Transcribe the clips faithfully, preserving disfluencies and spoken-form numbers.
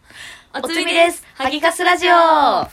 おつみです。ハギカスラジオ。はい、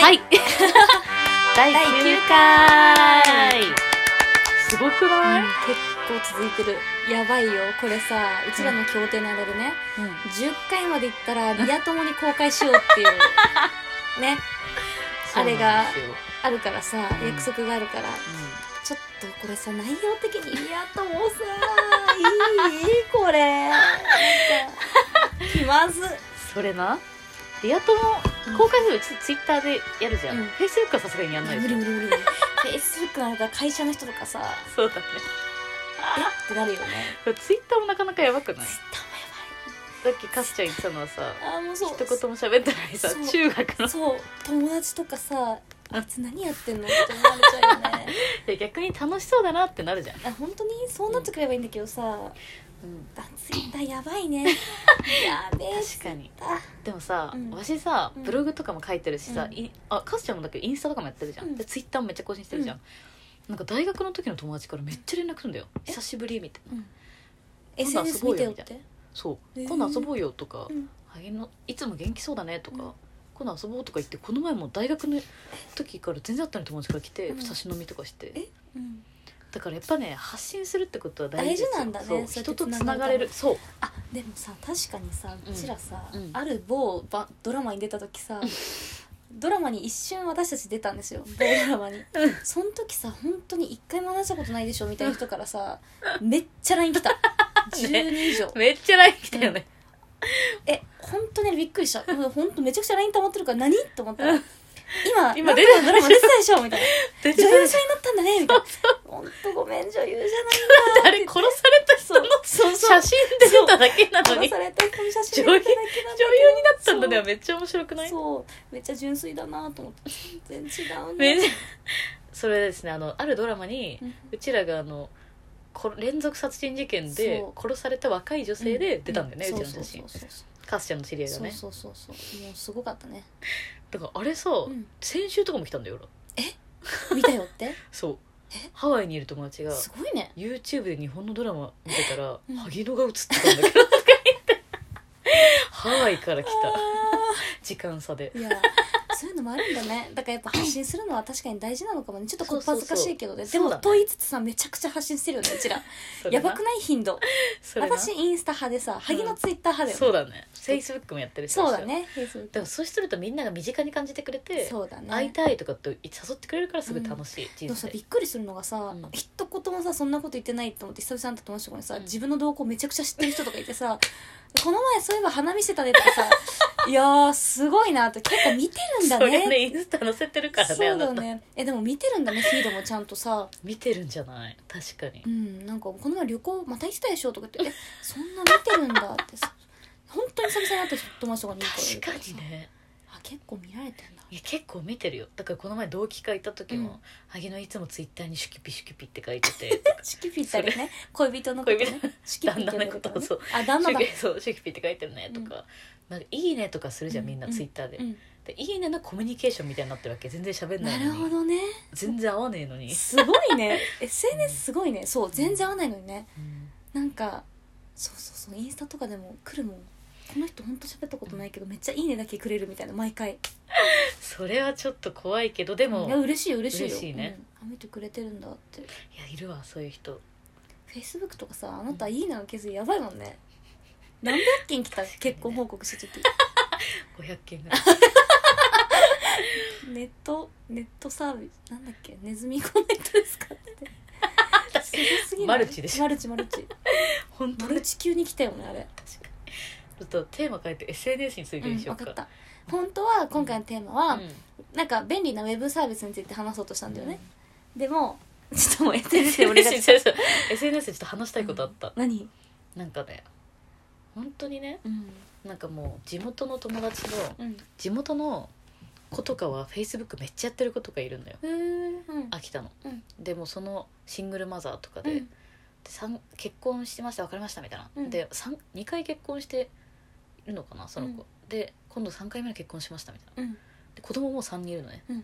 はい、だいきゅうかい。すごくない？うん、 結構続いてる。やばいよこれさ、うちらの協定の間でね、うん、じゅっかいまでいったらリア友に公開しようっていうねあれがあるからさ、うん、約束があるから、うん、ちょっとこれさ、内容的にリア友さいいこれなんか気まず。 それな、リア友公開するうちツイッターでやるじゃん、うん、フェイスブックはさすがにやんないでしょ。 無理無理無理無理フェイスブックなんか会社の人とかさそうだねえってなるよね。 ツイッターもなかなかやばくない？ ツイッターもやばい。 さっきカスちゃん言ってたのはさ、 あもうそう一言も喋ってないさ、中学のそう友達とかさ、あいつ何やってんのって思われちゃうよねいや逆に楽しそうだなってなるじゃん。 あ本当にそうなってくればいいんだけどさ、うん、あツイッターやばいねやべえ。 確かに。でもさ、うん、私さブログとかも書いてるしさ、うん、あカスちゃんもだけどインスタとかもやってるじゃん、うん、でツイッターもめっちゃ更新してるじゃん、うん、なんか大学の時の友達からめっちゃ連絡するんだよ、久しぶりみたいな、うん、 エスエヌエス 見てよってそう、えー、今度遊ぼうよとか、うん、萩のいつも元気そうだねとか、うん、今度遊ぼうとか言って、この前も大学の時から全然会ったのに友達から来て、うん、差し飲みとかして、え、うん、だからやっぱね発信するってことは大事ですよ。 大事なんだね。 そう人とつながれる。そうあでもさ確かにさうちらさ、うん、ある某ドラマに出た時さドラマに一瞬私たち出たんですよ、某ドラマにその時さ本当に一回も話したことないでしょみたいな人からさめっちゃ ライン 来たじゅうにん以上、ね、 めっちゃ ライン 来たよね、 うん、え本当にびっくりした。本当めちゃくちゃ ライン 溜まってるから何と思ったら今今出てたドラマ出てたでしょみたいな女優さんになったんだねみたいな本当ごめん女優じゃないんだあれ殺された人の写真で出ただけなのに殺された人の写真で出ただけなんだけど女優になったんだね。めっちゃ面白くない？ そうめっちゃ純粋だなと思って全然違うねそれですね、あのあるドラマに、うん、うちらがあの連続殺人事件で殺された若い女性で出たんだよね、うん、うちの写真。カスちゃんの知り合いがね。 そうそうそうそうもうすごかったね。 だからあれさ、うん、先週とかも来たんだよ。 え見たよってそうハワイにいる友達がすごいね YouTube で日本のドラマ見てたら、うん、萩野が映ってたんだけどハワイから来た時間差で。 いやそういうのもあるんだね。だからやっぱ発信するのは確かに大事なのかもね。ちょっとこっぱずかしいけどね。でもと言いつつさめちゃくちゃ発信してるよねうちらやばくない頻度。私インスタ派でさ萩のツイッター派だよね、 そうだね。フェイスブックもやってるし。 そうだね。 でもそうするとみんなが身近に感じてくれて、 そうだね、 会いたいとかって誘ってくれるからすごい楽しい、うん、 でもさびっくりするのがさ、うん、一言もさそんなこと言ってないと思って久々に会った友達とかにさ、うん、自分の動向めちゃくちゃ知ってる人とかいてさこの前そういえば花見してたねとかさいやーすごいなって結構見てるんだね。 それねインスタ載せてるからね。 そうだね。えでも見てるんだねフィードもちゃんとさ見てるんじゃない？確かに。 うんなんかこの前旅行また行ってたでしょとか言ってえそんな見てるんだってさ本当に久々に会った友達とかに言うから確かにね。 あ結構見られてんだ。 いや結構見てるよ。だからこの前同期会行った時も、うん、萩野いつもツイッターにシュキピシュキピって書いててシュキピってあれね恋人のことねシュキピって、ね、旦那のことをそうあ旦那だそうシュキピって書いてるねとか、うん、なんかいいねとかするじゃんみんなツイッターで、うんうん、でいいねのコミュニケーションみたいになってるわけ。全然喋んないのに。 なるほどね。 全然合わねえのにすごいねエスエヌエス すごいね、うん、そう全然合わないのにね、うん、なんかそうそうそうインスタとかでも来るもんこの人ほんと喋ったことないけどめっちゃいいねだけくれるみたいな毎回それはちょっと怖いけどでもいや嬉しい嬉しいよ嬉しいね、 うん、見てくれてるんだって。いやいるわそういう人。 フェイスブックとかさあなたいいねの数やばいもんね。何百件来た結婚報告した時ごひゃっけんぐらいネットネットサービスなんだっけネズミコメントですかってすごすぎない？ マルチでしょ。 マルチマルチ本当マルチ級に来たよねあれ。 確かに。ちょっとテーマ変えて エスエヌエス についてにしようか、 うん、分かった。本当は今回のテーマは、うん、なんか便利なウェブサービスについて話そうとしたんだよね、うん、でもちょっともう エスエヌエス で俺がエスエヌエス でちょっと話したいことあった、 うん、何なんかね本当にね、うん、なんかもう地元の友達の、うん、地元の子とかは Facebook めっちゃやってる子とかいるんだよ、うん、秋田の、うん、でもそのシングルマザーとかで、うん、で結婚してました別れましたみたいな、うん、でにかい結婚しているのかなその子、うん、で今度さんかいめの結婚しましたみたいな、うん、で子供もさんにんいるのね、うん、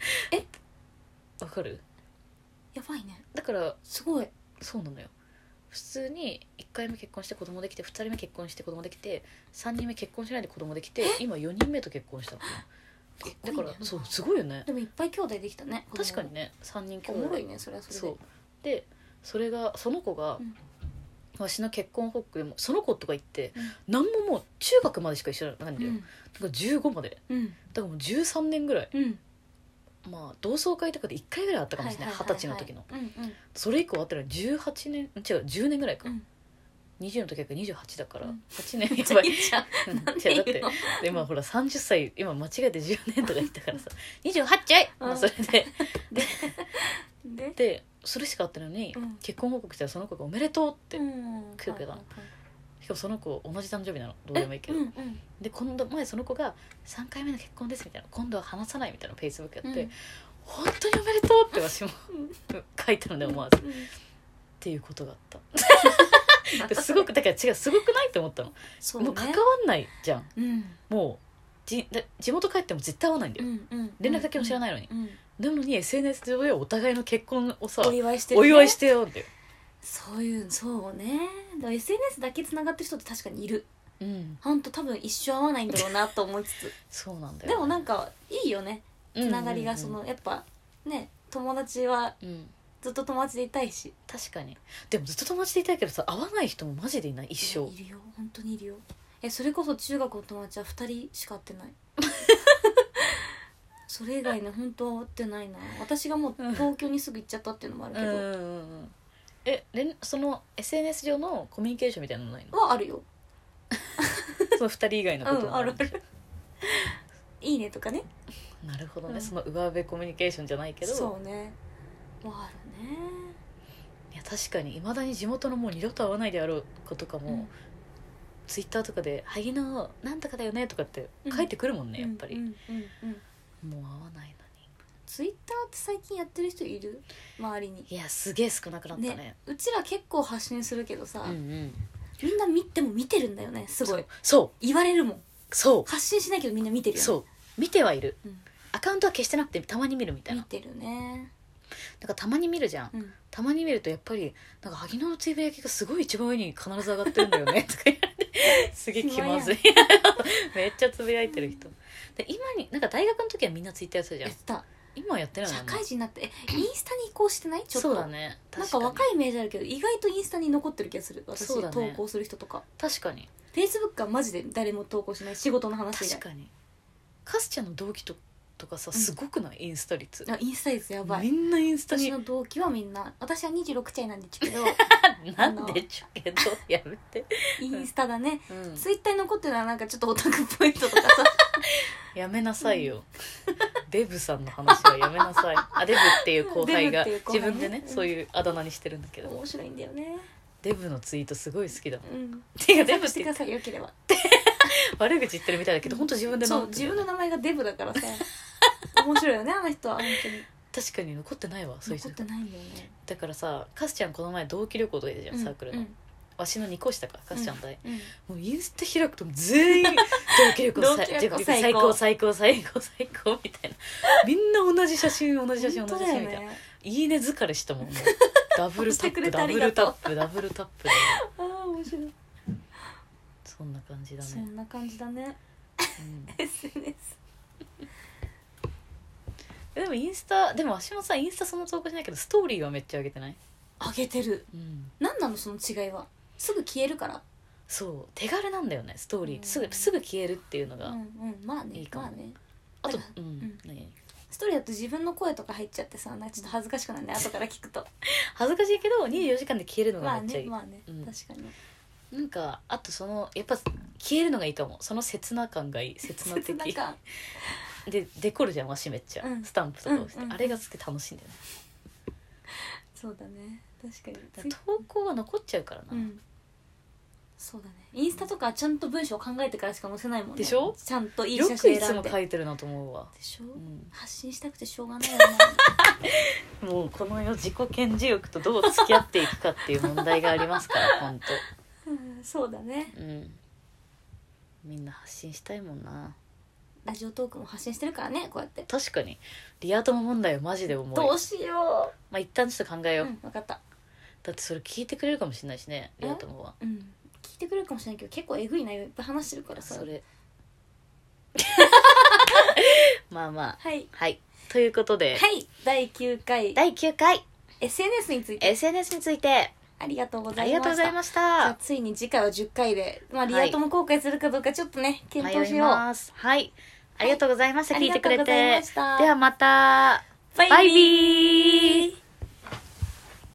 えわかる？ やばいね。 だからすごいそうなのよ。 普通にいっかいめ結婚して子供できてふたりめ結婚して子供できてさんにんめ結婚しないで子供できて今よにんめと結婚したの。だからそうすごいよね。 でもいっぱい兄弟できたね。 確かにねさんにん兄弟。 おもろいねそれはそれで。 そうでそれがその子が、うん、私の結婚報告でもその子とか言って、うん、何ももう中学までしか一緒なんだよ、うん、だからじゅうごまで、うん、だからもうじゅうさんねんぐらい、うん、まあ同窓会とかでいっかいぐらいあったかもしれない二十歳の時の、うんうん、それ以降あったらじゅうはちねん違うじゅうねんぐらいか、うん、にじゅうの時はにじゅうはちだから、うん、はちねんやばいじゃんだって今ほらさんじゅっさい今間違えてじゅうねんとか言ったからさにじゅうはちちゃい、うんまあ、それでででそれしかあったのに、うん、結婚報告したらその子がおめでとうって来るけど、うん、しかもその子同じ誕生日なのどうでもいいけど、うんうん、で今度前その子がさんかいめの結婚ですみたいな今度は話さないみたいなフェイスブックやって、うん、本当におめでとうって私も書いたので思わず、うん、っていうことがあったすごくだから違うすごくないって思ったのそう、ね、もう関わんないじゃん、うん、もうじ地元帰っても絶対会わないんだよ、うんうん、連絡先も知らないのに、うんうん、なのに エスエヌエス 上でお互いの結婚をさお祝いしてる、ね、 お祝いしてよってそういうそうねだから エスエヌエス だけつながってる人って確かにいる、うん、ほんと多分一生会わないんだろうなと思いつつそうなんだよ、ね、 でもなんかいいよねつながりがその、うんうんうん、やっぱね友達はずっと友達でいたいし、 確かにでもずっと友達でいたいけどさ会わない人もマジでいない一生いるよ本当にいるよえそれこそ中学の友達はふたりしか会ってないそれ以外ね本当は会ってないな私がもう東京にすぐ行っちゃったっていうのもあるけど、うんうんうん、 えその エスエヌエス 上のコミュニケーションみたいなのないのはあるよそのふたり以外のこともある、うん、あるあるいいねとかねなるほどね、うん、その上辺コミュニケーションじゃないけどそうねもあるねいや確かにいまだに地元のもう二度と会わないであろう子とかも、うん、ツイッターとかで「萩野なんとかだよね」とかって書いてくるもんね、うん、やっぱり、うんうんうん、もう会わないのにツイッターって最近やってる人いる周りにいやすげえ少なくなったね、ねうちら結構発信するけどさ、うんうん、みんな見ても見てるんだよねすごいそう言われるもんそう発信しないけどみんな見てるよねそう見てはいる、うん、アカウントは消してなくてたまに見るみたいな見てるねだからたまに見るじゃん、うん、たまに見るとやっぱりなんか萩野のつぶやきがすごい一番上に必ず上がってるんだよねとか言われてすげえ気まずいめっちゃつぶやいてる人で今になんか大学の時はみんなツイッターやってたじゃんやった今はやってないの社会人になってえインスタに移行してないちょっとそうだねなんか若いイメージあるけど意外とインスタに残ってる気がする私、ね、投稿する人とか確かにフェイスブックはマジで誰も投稿しない仕事の話以外確かにカスちゃんの同期ととかさすごくない、うん、インスタ率あインスタ率やばいみんなインスタに私の同期はみんな私はにじゅうろくちゃいなんでちゅけどなんでちゅけどやめてインスタだね、うん、ツイッターに残ってるのはなんかちょっとオタクっぽい人とかさやめなさいよ、うん、デブさんの話はやめなさいあデブっていう後輩が自分でね、うん、そういうあだ名にしてるんだけど面白いんだよねデブのツイートすごい好きだもん、うん、 てかデブって言ってよければ悪口言ってるみたいだけど本当自分でそう自分の名前がデブだからさ面白いよねあの人は本当に確かに残ってないわそういう人残ってないんだよねだからさカスちゃんこの前同期旅行とかいたじゃん、うん、サークルの、うん、わしのにこ下かカスちゃん代、うんうん、もうインスタ開くと全員同期旅行最高最高最高最高最高みたいなみんな同じ写真同じ写真同じ写真みたいな、いいね疲れしたもんねダブルタップダブルタップダブルタップああ面白いそんな感じだねそんな感じだね、うん、エスエヌエスでもインスタでも私もさインスタそんな投稿しないけどストーリーはめっちゃ上げてない上げてる、うん、何なのその違いはすぐ消えるからそう手軽なんだよねストーリー、うん、すぐすぐ消えるっていうのがいいかも、うんうん、 まあねまあねあとうん、うん、 何ストーリーだと自分の声とか入っちゃってさなんかちょっと恥ずかしくないね後から聞くと恥ずかしいけどにじゅうよじかんで消えるのがめっちゃいいまあねまあね、うん、確かになんかあとそのやっぱ消えるのがいいかもその切な感がいい切な的切な感でデコるじゃんわしめっちゃ、うん、スタンプとかをして、うんうん、あれがつけ楽しいんだよねそうだね確かにだ投稿は残っちゃうからな、うん、 そうだねインスタとかちゃんと文章を考えてからしか載せないもんねでしょちゃんといい写真選んでよくいつも書いてるなと思うわでしょ、 うん、 発信したくてしょうがないよねもうこの世自己顕示欲とどう付き合っていくかっていう問題がありますから本当、 うん、そうだねうんみんな発信したいもんなラジオトークも発信してるからねこうやって確かにリア友問題はマジで重いどうしようまあ一旦ちょっと考えよう、 うん、分かっただってそれ聞いてくれるかもしれないしね、リア友は。 うん、聞いてくれるかもしれないけど結構えぐい内容いっぱい話してるからさ。 それまあまあはい、 はい、ということで、 はい、だいきゅうかいだいきゅうかいエスエヌエス についてエスエヌエス についてありがとうござあいました。 りがとうございましじゃあた。 ついに次回はじゅっかいで、まあ、リア友公開するかどうかちょっとね検討しよう。 迷います。はい、ありがとうございました、 はい、 聞いてくれて。 ありがとうございました。 ではまた、 バイビー。 バイビー。